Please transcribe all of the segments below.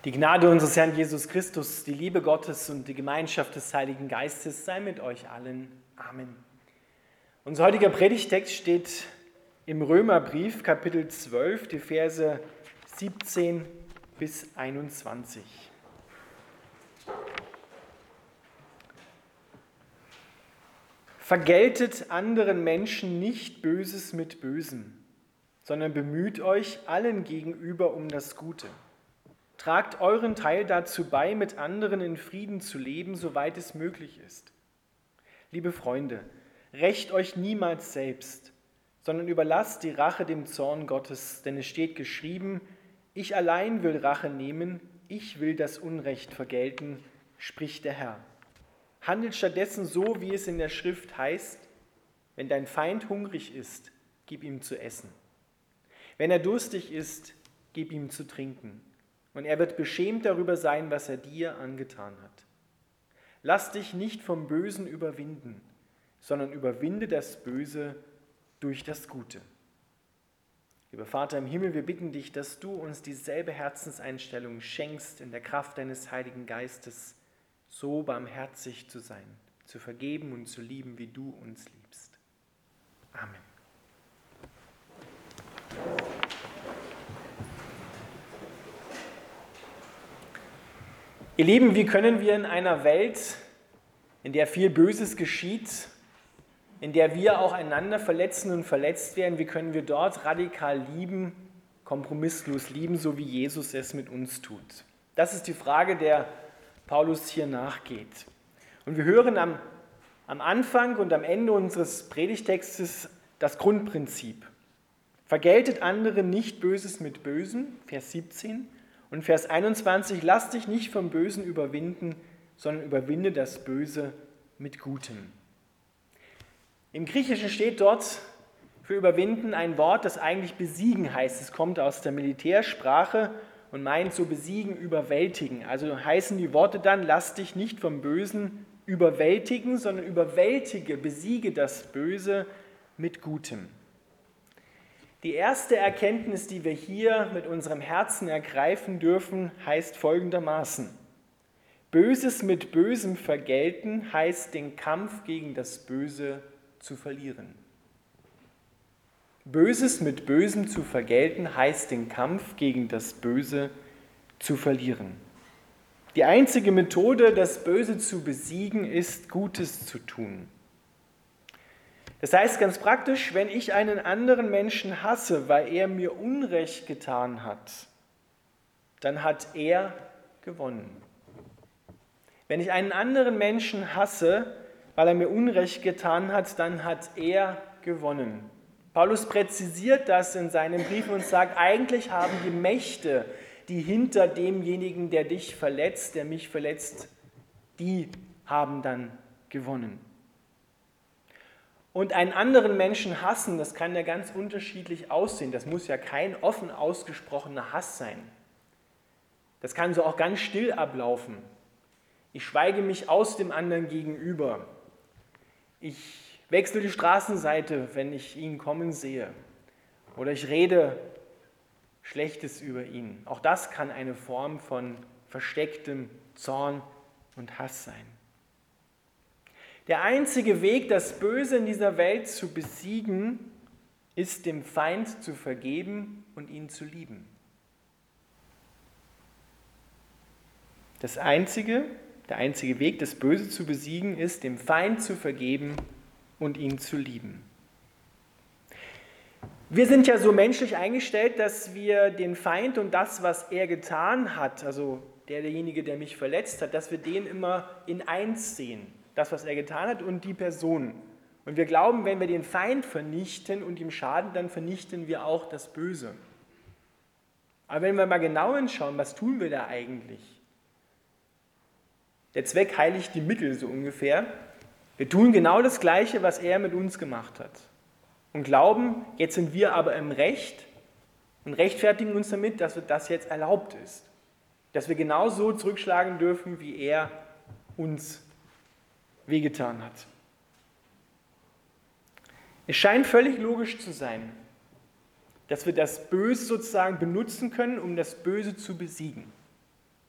Die Gnade unseres Herrn Jesus Christus, die Liebe Gottes und die Gemeinschaft des Heiligen Geistes sei mit euch allen. Amen. Unser heutiger Predigtext steht im Römerbrief, Kapitel 12, die Verse 17 bis 21. Vergeltet anderen Menschen nicht Böses mit Bösem, sondern bemüht euch allen gegenüber um das Gute. Tragt euren Teil dazu bei, mit anderen in Frieden zu leben, soweit es möglich ist. Liebe Freunde, rächt euch niemals selbst, sondern überlasst die Rache dem Zorn Gottes, denn es steht geschrieben, ich allein will Rache nehmen, ich will das Unrecht vergelten, spricht der Herr. Handelt stattdessen so, wie es in der Schrift heißt, wenn dein Feind hungrig ist, gib ihm zu essen. Wenn er durstig ist, gib ihm zu trinken. Und er wird beschämt darüber sein, was er dir angetan hat. Lass dich nicht vom Bösen überwinden, sondern überwinde das Böse durch das Gute. Lieber Vater im Himmel, wir bitten dich, dass du uns dieselbe Herzenseinstellung schenkst, in der Kraft deines Heiligen Geistes so barmherzig zu sein, zu vergeben und zu lieben, wie du uns liebst. Amen. Ihr Lieben, wie können wir in einer Welt, in der viel Böses geschieht, in der wir auch einander verletzen und verletzt werden, wie können wir dort radikal lieben, kompromisslos lieben, so wie Jesus es mit uns tut? Das ist die Frage, der Paulus hier nachgeht. Und wir hören am Anfang und am Ende unseres Predigtextes das Grundprinzip. Vergeltet anderen nicht Böses mit Bösem, Vers 17, und Vers 21, lass dich nicht vom Bösen überwinden, sondern überwinde das Böse mit Gutem. Im Griechischen steht dort für überwinden ein Wort, das eigentlich besiegen heißt. Es kommt aus der Militärsprache und meint so besiegen, überwältigen. Also heißen die Worte dann, lass dich nicht vom Bösen überwältigen, sondern überwältige, besiege das Böse mit Gutem. Die erste Erkenntnis, die wir hier mit unserem Herzen ergreifen dürfen, heißt folgendermaßen: Böses mit Bösem vergelten heißt, den Kampf gegen das Böse zu verlieren. Böses mit Bösem zu vergelten heißt, den Kampf gegen das Böse zu verlieren. Die einzige Methode, das Böse zu besiegen, ist, Gutes zu tun. Das heißt ganz praktisch, wenn ich einen anderen Menschen hasse, weil er mir Unrecht getan hat, dann hat er gewonnen. Wenn ich einen anderen Menschen hasse, weil er mir Unrecht getan hat, dann hat er gewonnen. Paulus präzisiert das in seinem Brief und sagt, eigentlich haben die Mächte, die hinter demjenigen, der dich verletzt, der mich verletzt, die haben dann gewonnen. Und einen anderen Menschen hassen, das kann ja ganz unterschiedlich aussehen. Das muss ja kein offen ausgesprochener Hass sein. Das kann so auch ganz still ablaufen. Ich schweige mich aus dem anderen gegenüber. Ich wechsle die Straßenseite, wenn ich ihn kommen sehe. Oder ich rede Schlechtes über ihn. Auch das kann eine Form von verstecktem Zorn und Hass sein. Der einzige Weg, das Böse in dieser Welt zu besiegen, ist, dem Feind zu vergeben und ihn zu lieben. Der einzige Weg, das Böse zu besiegen, ist, dem Feind zu vergeben und ihn zu lieben. Wir sind ja so menschlich eingestellt, dass wir den Feind und das, was er getan hat, also derjenige, der mich verletzt hat, dass wir den immer in eins sehen. Das, was er getan hat und die Person. Und wir glauben, wenn wir den Feind vernichten und ihm schaden, dann vernichten wir auch das Böse. Aber wenn wir mal genau hinschauen, was tun wir da eigentlich? Der Zweck heiligt die Mittel so ungefähr. Wir tun genau das Gleiche, was er mit uns gemacht hat. Und glauben, jetzt sind wir aber im Recht und rechtfertigen uns damit, dass das jetzt erlaubt ist. Dass wir genauso zurückschlagen dürfen, wie er uns wehgetan hat. Es scheint völlig logisch zu sein, dass wir das Böse sozusagen benutzen können, um das Böse zu besiegen.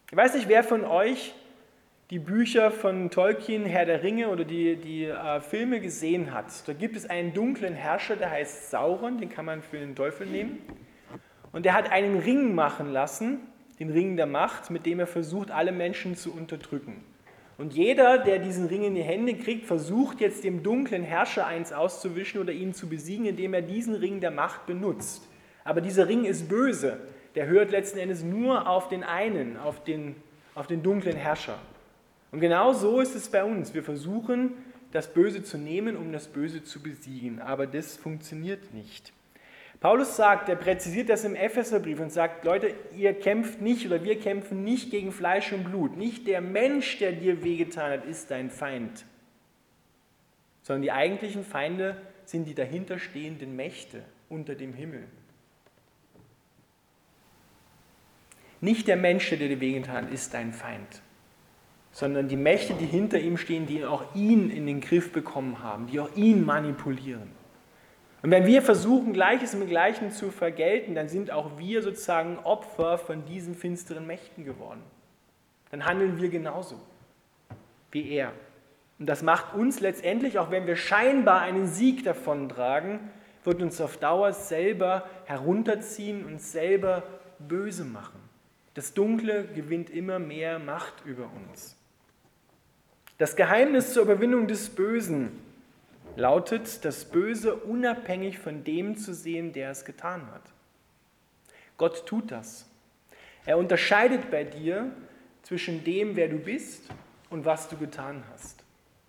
Ich weiß nicht, wer von euch die Bücher von Tolkien, Herr der Ringe oder die Filme gesehen hat. Da gibt es einen dunklen Herrscher, der heißt Sauron, den kann man für den Teufel nehmen. Und der hat einen Ring machen lassen, den Ring der Macht, mit dem er versucht, alle Menschen zu unterdrücken. Und jeder, der diesen Ring in die Hände kriegt, versucht jetzt dem dunklen Herrscher eins auszuwischen oder ihn zu besiegen, indem er diesen Ring der Macht benutzt. Aber dieser Ring ist böse. Der hört letzten Endes nur auf den einen, auf den dunklen Herrscher. Und genau so ist es bei uns. Wir versuchen, das Böse zu nehmen, um das Böse zu besiegen. Aber das funktioniert nicht. Paulus sagt, er präzisiert das im Epheserbrief und sagt, Leute, ihr kämpft nicht oder wir kämpfen nicht gegen Fleisch und Blut. Nicht der Mensch, der dir wehgetan hat, ist dein Feind. Sondern die eigentlichen Feinde sind die dahinterstehenden Mächte unter dem Himmel. Nicht der Mensch, der dir wehgetan hat, ist dein Feind. Sondern die Mächte, die hinter ihm stehen, die auch ihn in den Griff bekommen haben, die auch ihn manipulieren. Und wenn wir versuchen, Gleiches mit Gleichem zu vergelten, dann sind auch wir sozusagen Opfer von diesen finsteren Mächten geworden. Dann handeln wir genauso wie er. Und das macht uns letztendlich, auch wenn wir scheinbar einen Sieg davontragen, wird uns auf Dauer selber herunterziehen und selber böse machen. Das Dunkle gewinnt immer mehr Macht über uns. Das Geheimnis zur Überwindung des Bösen lautet, das Böse unabhängig von dem zu sehen, der es getan hat. Gott tut das. Er unterscheidet bei dir zwischen dem, wer du bist und was du getan hast.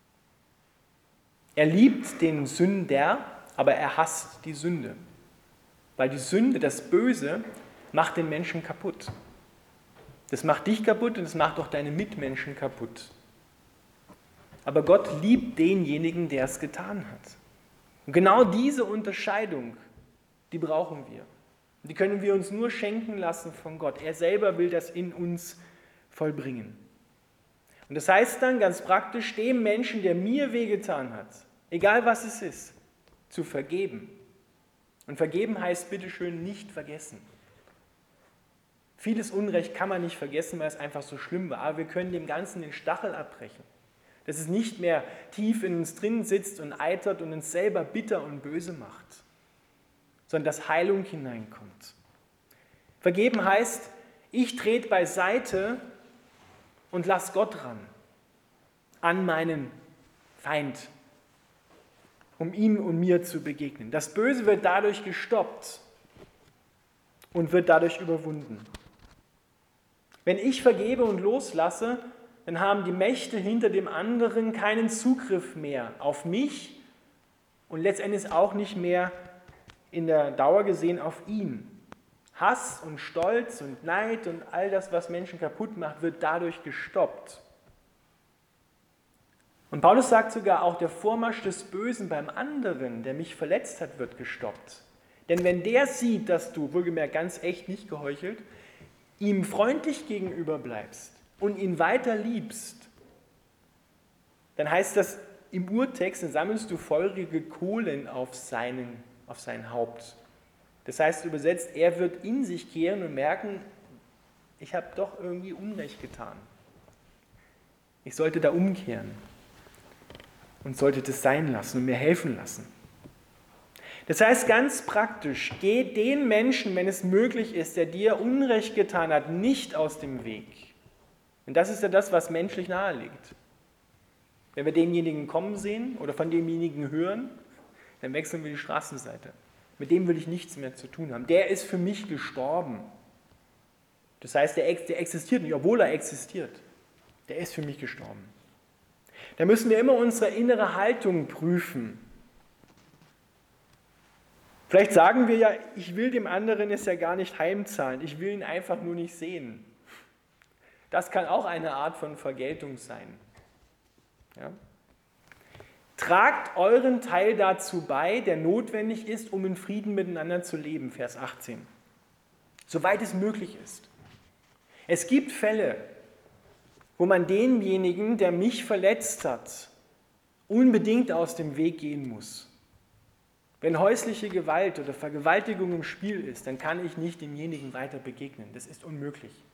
Er liebt den Sünder, aber er hasst die Sünde. Weil die Sünde, das Böse, macht den Menschen kaputt. Das macht dich kaputt und es macht auch deine Mitmenschen kaputt. Aber Gott liebt denjenigen, der es getan hat. Und genau diese Unterscheidung, die brauchen wir. Die können wir uns nur schenken lassen von Gott. Er selber will das in uns vollbringen. Und das heißt dann ganz praktisch, dem Menschen, der mir wehgetan hat, egal was es ist, zu vergeben. Und vergeben heißt bitteschön nicht vergessen. Vieles Unrecht kann man nicht vergessen, weil es einfach so schlimm war. Aber wir können dem Ganzen den Stachel abbrechen. Dass es nicht mehr tief in uns drin sitzt und eitert und uns selber bitter und böse macht, sondern dass Heilung hineinkommt. Vergeben heißt, ich trete beiseite und lass Gott ran an meinen Feind, um ihm und mir zu begegnen. Das Böse wird dadurch gestoppt und wird dadurch überwunden. Wenn ich vergebe und loslasse, dann haben die Mächte hinter dem anderen keinen Zugriff mehr auf mich und letztendlich auch nicht mehr in der Dauer gesehen auf ihn. Hass und Stolz und Neid und all das, was Menschen kaputt macht, wird dadurch gestoppt. Und Paulus sagt sogar, auch der Vormarsch des Bösen beim anderen, der mich verletzt hat, wird gestoppt. Denn wenn der sieht, dass du, wohlgemerkt ganz echt, nicht geheuchelt, ihm freundlich gegenüber bleibst, und ihn weiter liebst, dann heißt das im Urtext, dann sammelst du feurige Kohlen auf sein Haupt. Das heißt übersetzt, er wird in sich kehren und merken, ich habe doch irgendwie Unrecht getan. Ich sollte da umkehren und sollte das sein lassen und mir helfen lassen. Das heißt ganz praktisch, geh den Menschen, wenn es möglich ist, der dir Unrecht getan hat, nicht aus dem Weg. Und das ist ja das, was menschlich nahe liegt. Wenn wir denjenigen kommen sehen oder von demjenigen hören, dann wechseln wir die Straßenseite. Mit dem will ich nichts mehr zu tun haben. Der ist für mich gestorben. Das heißt, der existiert nicht, obwohl er existiert. Der ist für mich gestorben. Da müssen wir immer unsere innere Haltung prüfen. Vielleicht sagen wir ja, ich will dem anderen es ja gar nicht heimzahlen. Ich will ihn einfach nur nicht sehen. Das kann auch eine Art von Vergeltung sein. Ja? Tragt euren Teil dazu bei, der notwendig ist, um in Frieden miteinander zu leben, Vers 18. Soweit es möglich ist. Es gibt Fälle, wo man denjenigen, der mich verletzt hat, unbedingt aus dem Weg gehen muss. Wenn häusliche Gewalt oder Vergewaltigung im Spiel ist, dann kann ich nicht demjenigen weiter begegnen. Das ist unmöglich.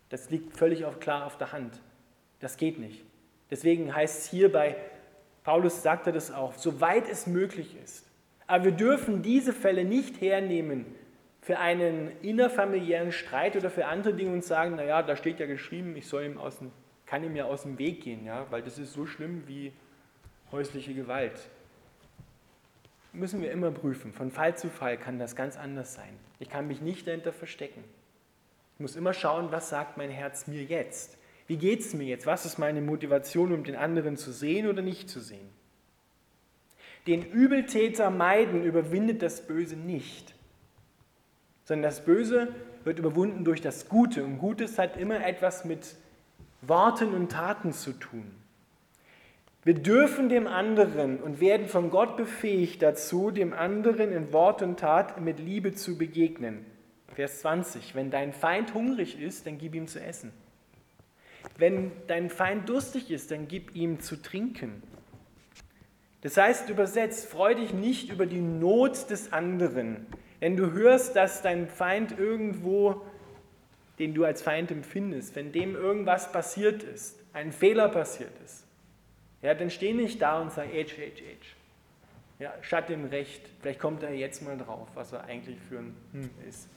Das liegt völlig klar auf der Hand. Das geht nicht. Deswegen heißt es hier bei Paulus, sagt er das auch, soweit es möglich ist. Aber wir dürfen diese Fälle nicht hernehmen für einen innerfamiliären Streit oder für andere Dinge und sagen, naja, da steht ja geschrieben, kann ihm ja aus dem Weg gehen, ja, weil das ist so schlimm wie häusliche Gewalt. Müssen wir immer prüfen. Von Fall zu Fall kann das ganz anders sein. Ich kann mich nicht dahinter verstecken. Ich muss immer schauen, was sagt mein Herz mir jetzt? Wie geht es mir jetzt? Was ist meine Motivation, um den anderen zu sehen oder nicht zu sehen? Den Übeltäter meiden überwindet das Böse nicht, sondern das Böse wird überwunden durch das Gute. Und Gutes hat immer etwas mit Worten und Taten zu tun. Wir dürfen dem anderen und werden von Gott befähigt dazu, dem anderen in Wort und Tat mit Liebe zu begegnen. Vers 20, wenn dein Feind hungrig ist, dann gib ihm zu essen. Wenn dein Feind durstig ist, dann gib ihm zu trinken. Das heißt übersetzt, freu dich nicht über die Not des anderen, wenn du hörst, dass dein Feind irgendwo, den du als Feind empfindest, wenn dem irgendwas passiert ist, ein Fehler passiert ist, ja, dann steh nicht da und sag, ja, schatt ihm recht, vielleicht kommt er jetzt mal drauf, was er eigentlich für ein ist.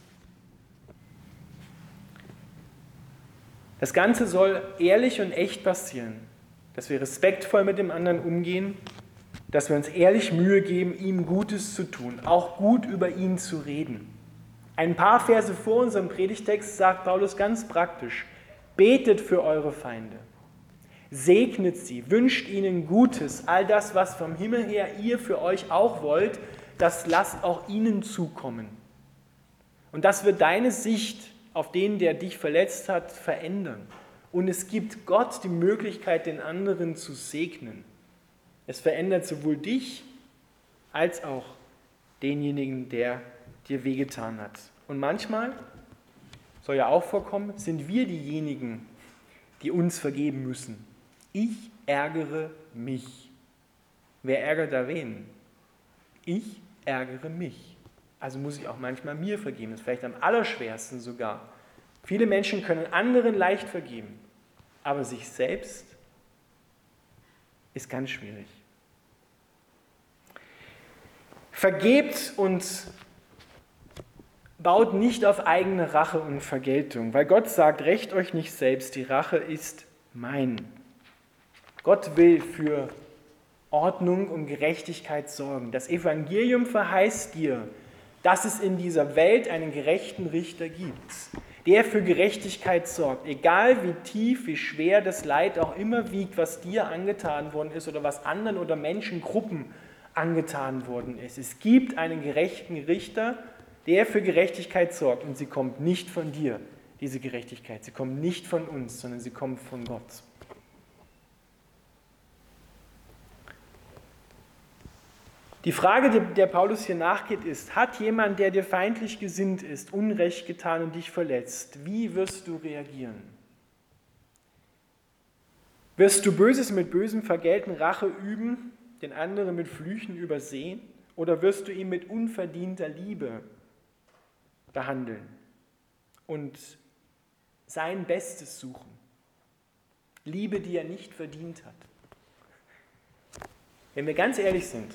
Das Ganze soll ehrlich und echt passieren, dass wir respektvoll mit dem anderen umgehen, dass wir uns ehrlich Mühe geben, ihm Gutes zu tun, auch gut über ihn zu reden. Ein paar Verse vor unserem Predigtext sagt Paulus ganz praktisch, betet für eure Feinde, segnet sie, wünscht ihnen Gutes, all das, was vom Himmel her ihr für euch auch wollt, das lasst auch ihnen zukommen. Und das wird deine Sicht auf den, der dich verletzt hat, verändern. Und es gibt Gott die Möglichkeit, den anderen zu segnen. Es verändert sowohl dich als auch denjenigen, der dir wehgetan hat. Und manchmal, soll ja auch vorkommen, sind wir diejenigen, die uns vergeben müssen. Ich ärgere mich. Wer ärgert da wen? Ich ärgere mich. Also muss ich auch manchmal mir vergeben. Das ist vielleicht am allerschwersten sogar. Viele Menschen können anderen leicht vergeben, aber sich selbst ist ganz schwierig. Vergebt und baut nicht auf eigene Rache und Vergeltung, weil Gott sagt, rächt euch nicht selbst, die Rache ist mein. Gott will für Ordnung und Gerechtigkeit sorgen. Das Evangelium verheißt dir, dass es in dieser Welt einen gerechten Richter gibt, der für Gerechtigkeit sorgt, egal wie tief, wie schwer das Leid auch immer wiegt, was dir angetan worden ist oder was anderen oder Menschengruppen angetan worden ist. Es gibt einen gerechten Richter, der für Gerechtigkeit sorgt und sie kommt nicht von dir, diese Gerechtigkeit. Sie kommt nicht von uns, sondern sie kommt von Gott. Die Frage, der Paulus hier nachgeht, ist, hat jemand, der dir feindlich gesinnt ist, Unrecht getan und dich verletzt? Wie wirst du reagieren? Wirst du Böses mit Bösem vergelten, Rache üben, den anderen mit Flüchen übersehen? Oder wirst du ihn mit unverdienter Liebe behandeln und sein Bestes suchen? Liebe, die er nicht verdient hat. Wenn wir ganz ehrlich sind,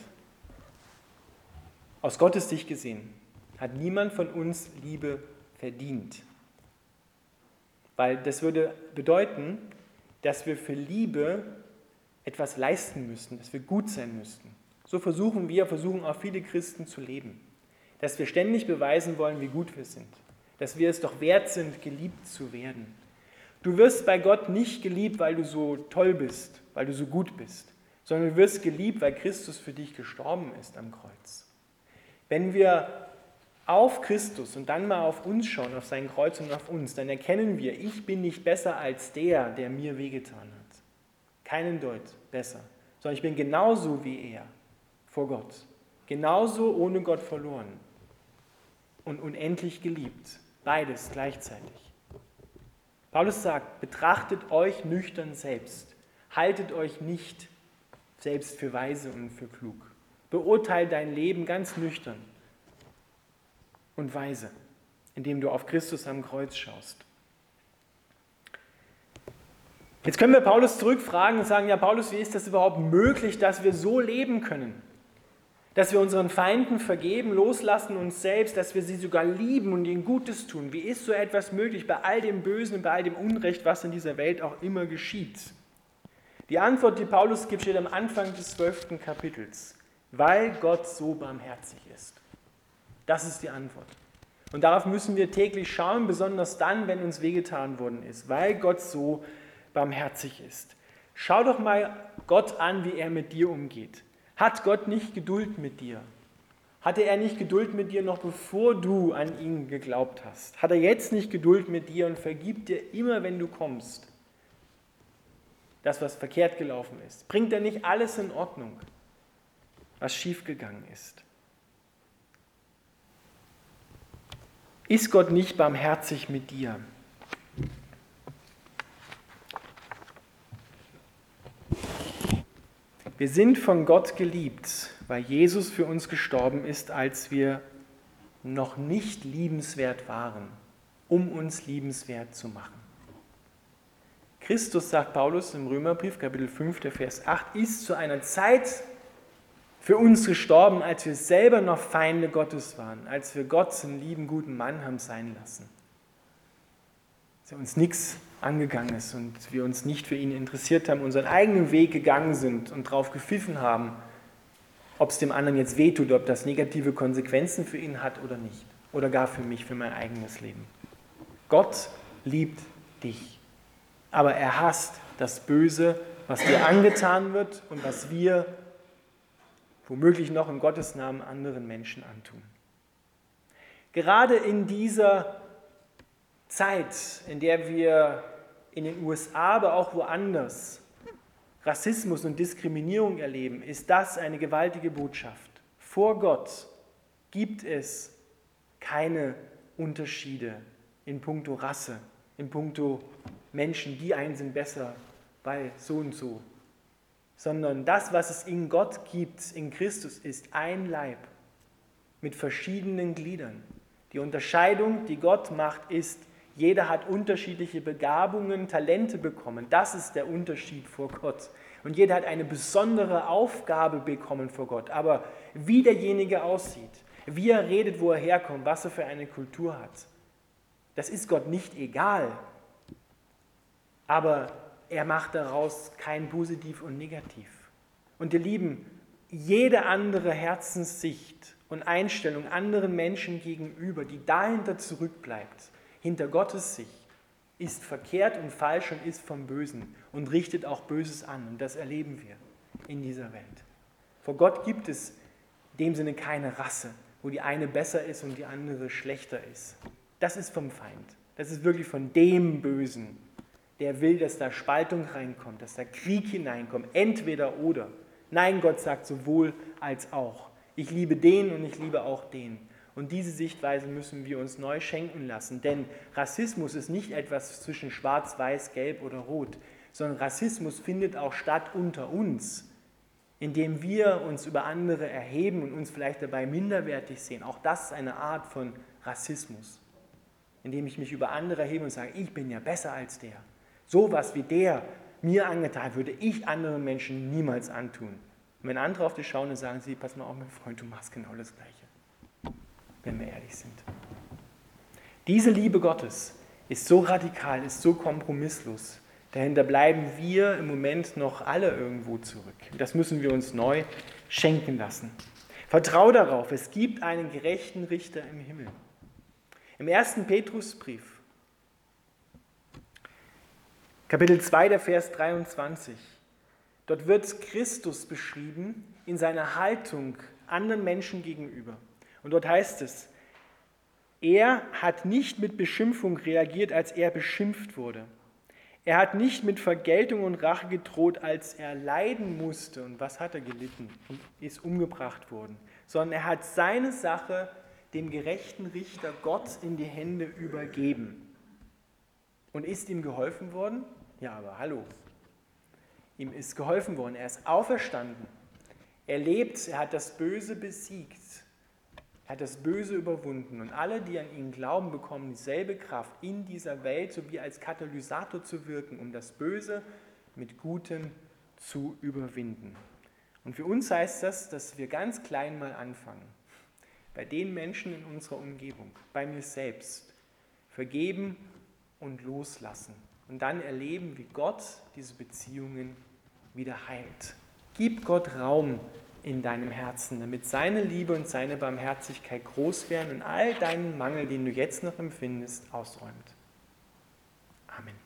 aus Gottes Sicht gesehen, hat niemand von uns Liebe verdient. Weil das würde bedeuten, dass wir für Liebe etwas leisten müssten, dass wir gut sein müssten. So versuchen auch viele Christen zu leben. Dass wir ständig beweisen wollen, wie gut wir sind. Dass wir es doch wert sind, geliebt zu werden. Du wirst bei Gott nicht geliebt, weil du so toll bist, weil du so gut bist, sondern du wirst geliebt, weil Christus für dich gestorben ist am Kreuz. Wenn wir auf Christus und dann mal auf uns schauen, auf sein Kreuz und auf uns, dann erkennen wir, ich bin nicht besser als der mir wehgetan hat. Keinen Deut besser, sondern ich bin genauso wie er vor Gott. Genauso ohne Gott verloren und unendlich geliebt. Beides gleichzeitig. Paulus sagt, betrachtet euch nüchtern selbst. Haltet euch nicht selbst für weise und für klug. Beurteile dein Leben ganz nüchtern und weise, indem du auf Christus am Kreuz schaust. Jetzt können wir Paulus zurückfragen und sagen, ja Paulus, wie ist das überhaupt möglich, dass wir so leben können? Dass wir unseren Feinden vergeben, loslassen uns selbst, dass wir sie sogar lieben und ihnen Gutes tun. Wie ist so etwas möglich bei all dem Bösen und bei all dem Unrecht, was in dieser Welt auch immer geschieht? Die Antwort, die Paulus gibt, steht am Anfang des 12. Kapitels. Weil Gott so barmherzig ist. Das ist die Antwort. Und darauf müssen wir täglich schauen, besonders dann, wenn uns wehgetan worden ist. Weil Gott so barmherzig ist. Schau doch mal Gott an, wie er mit dir umgeht. Hat Gott nicht Geduld mit dir? Hatte er nicht Geduld mit dir, noch bevor du an ihn geglaubt hast? Hat er jetzt nicht Geduld mit dir und vergibt dir immer, wenn du kommst, das, was verkehrt gelaufen ist? Bringt er nicht alles in Ordnung, was schiefgegangen ist? Ist Gott nicht barmherzig mit dir? Wir sind von Gott geliebt, weil Jesus für uns gestorben ist, als wir noch nicht liebenswert waren, um uns liebenswert zu machen. Christus, sagt Paulus im Römerbrief, Kapitel 5, der Vers 8, ist zu einer Zeit für uns gestorben, als wir selber noch Feinde Gottes waren, als wir Gott einen lieben, guten Mann haben sein lassen. Als uns nichts angegangen ist und wir uns nicht für ihn interessiert haben, unseren eigenen Weg gegangen sind und drauf gepfiffen haben, ob es dem anderen jetzt wehtut, ob das negative Konsequenzen für ihn hat oder nicht. Oder gar für mich, für mein eigenes Leben. Gott liebt dich. Aber er hasst das Böse, was dir angetan wird und was wir womöglich noch in Gottes Namen anderen Menschen antun. Gerade in dieser Zeit, in der wir in den USA, aber auch woanders Rassismus und Diskriminierung erleben, ist das eine gewaltige Botschaft. Vor Gott gibt es keine Unterschiede in puncto Rasse, in puncto Menschen, die einen sind besser, weil so und so. Sondern das, was es in Gott gibt, in Christus, ist ein Leib mit verschiedenen Gliedern. Die Unterscheidung, die Gott macht, ist, jeder hat unterschiedliche Begabungen, Talente bekommen. Das ist der Unterschied vor Gott. Und jeder hat eine besondere Aufgabe bekommen vor Gott. Aber wie derjenige aussieht, wie er redet, wo er herkommt, was er für eine Kultur hat, das ist Gott nicht egal. Aber er macht daraus kein Positiv und Negativ. Und ihr Lieben, jede andere Herzenssicht und Einstellung anderen Menschen gegenüber, die dahinter zurückbleibt, hinter Gottes Sicht, ist verkehrt und falsch und ist vom Bösen und richtet auch Böses an. Und das erleben wir in dieser Welt. Vor Gott gibt es in dem Sinne keine Rasse, wo die eine besser ist und die andere schlechter ist. Das ist vom Feind. Das ist wirklich von dem Bösen, der will, dass da Spaltung reinkommt, dass da Krieg hineinkommt, entweder oder. Nein, Gott sagt sowohl als auch. Ich liebe den und ich liebe auch den. Und diese Sichtweise müssen wir uns neu schenken lassen, denn Rassismus ist nicht etwas zwischen Schwarz, Weiß, Gelb oder Rot, sondern Rassismus findet auch statt unter uns, indem wir uns über andere erheben und uns vielleicht dabei minderwertig sehen. Auch das ist eine Art von Rassismus, indem ich mich über andere erhebe und sage, ich bin ja besser als der. Sowas wie der mir angetan, würde ich anderen Menschen niemals antun. Und wenn andere auf dich schauen und sagen sie, pass mal auf, mein Freund, du machst genau das Gleiche. Wenn wir ehrlich sind. Diese Liebe Gottes ist so radikal, ist so kompromisslos. Dahinter bleiben wir im Moment noch alle irgendwo zurück. Das müssen wir uns neu schenken lassen. Vertrau darauf, es gibt einen gerechten Richter im Himmel. Im 1. Petrusbrief, Kapitel 2, der Vers 23, dort wird Christus beschrieben in seiner Haltung anderen Menschen gegenüber. Und dort heißt es, er hat nicht mit Beschimpfung reagiert, als er beschimpft wurde. Er hat nicht mit Vergeltung und Rache gedroht, als er leiden musste. Und was hat er gelitten und ist umgebracht worden? Sondern er hat seine Sache dem gerechten Richter Gott in die Hände übergeben. Und ist ihm geholfen worden? Ja, aber hallo. Ihm ist geholfen worden. Er ist auferstanden. Er lebt, er hat das Böse besiegt. Er hat das Böse überwunden und alle, die an ihn glauben, bekommen dieselbe Kraft, in dieser Welt sowie als Katalysator zu wirken, um das Böse mit Gutem zu überwinden. Und für uns heißt das, dass wir ganz klein mal anfangen. Bei den Menschen in unserer Umgebung, bei mir selbst, vergeben und loslassen. Und dann erleben, wie Gott diese Beziehungen wieder heilt. Gib Gott Raum in deinem Herzen, damit seine Liebe und seine Barmherzigkeit groß werden und all deinen Mangel, den du jetzt noch empfindest, ausräumt. Amen.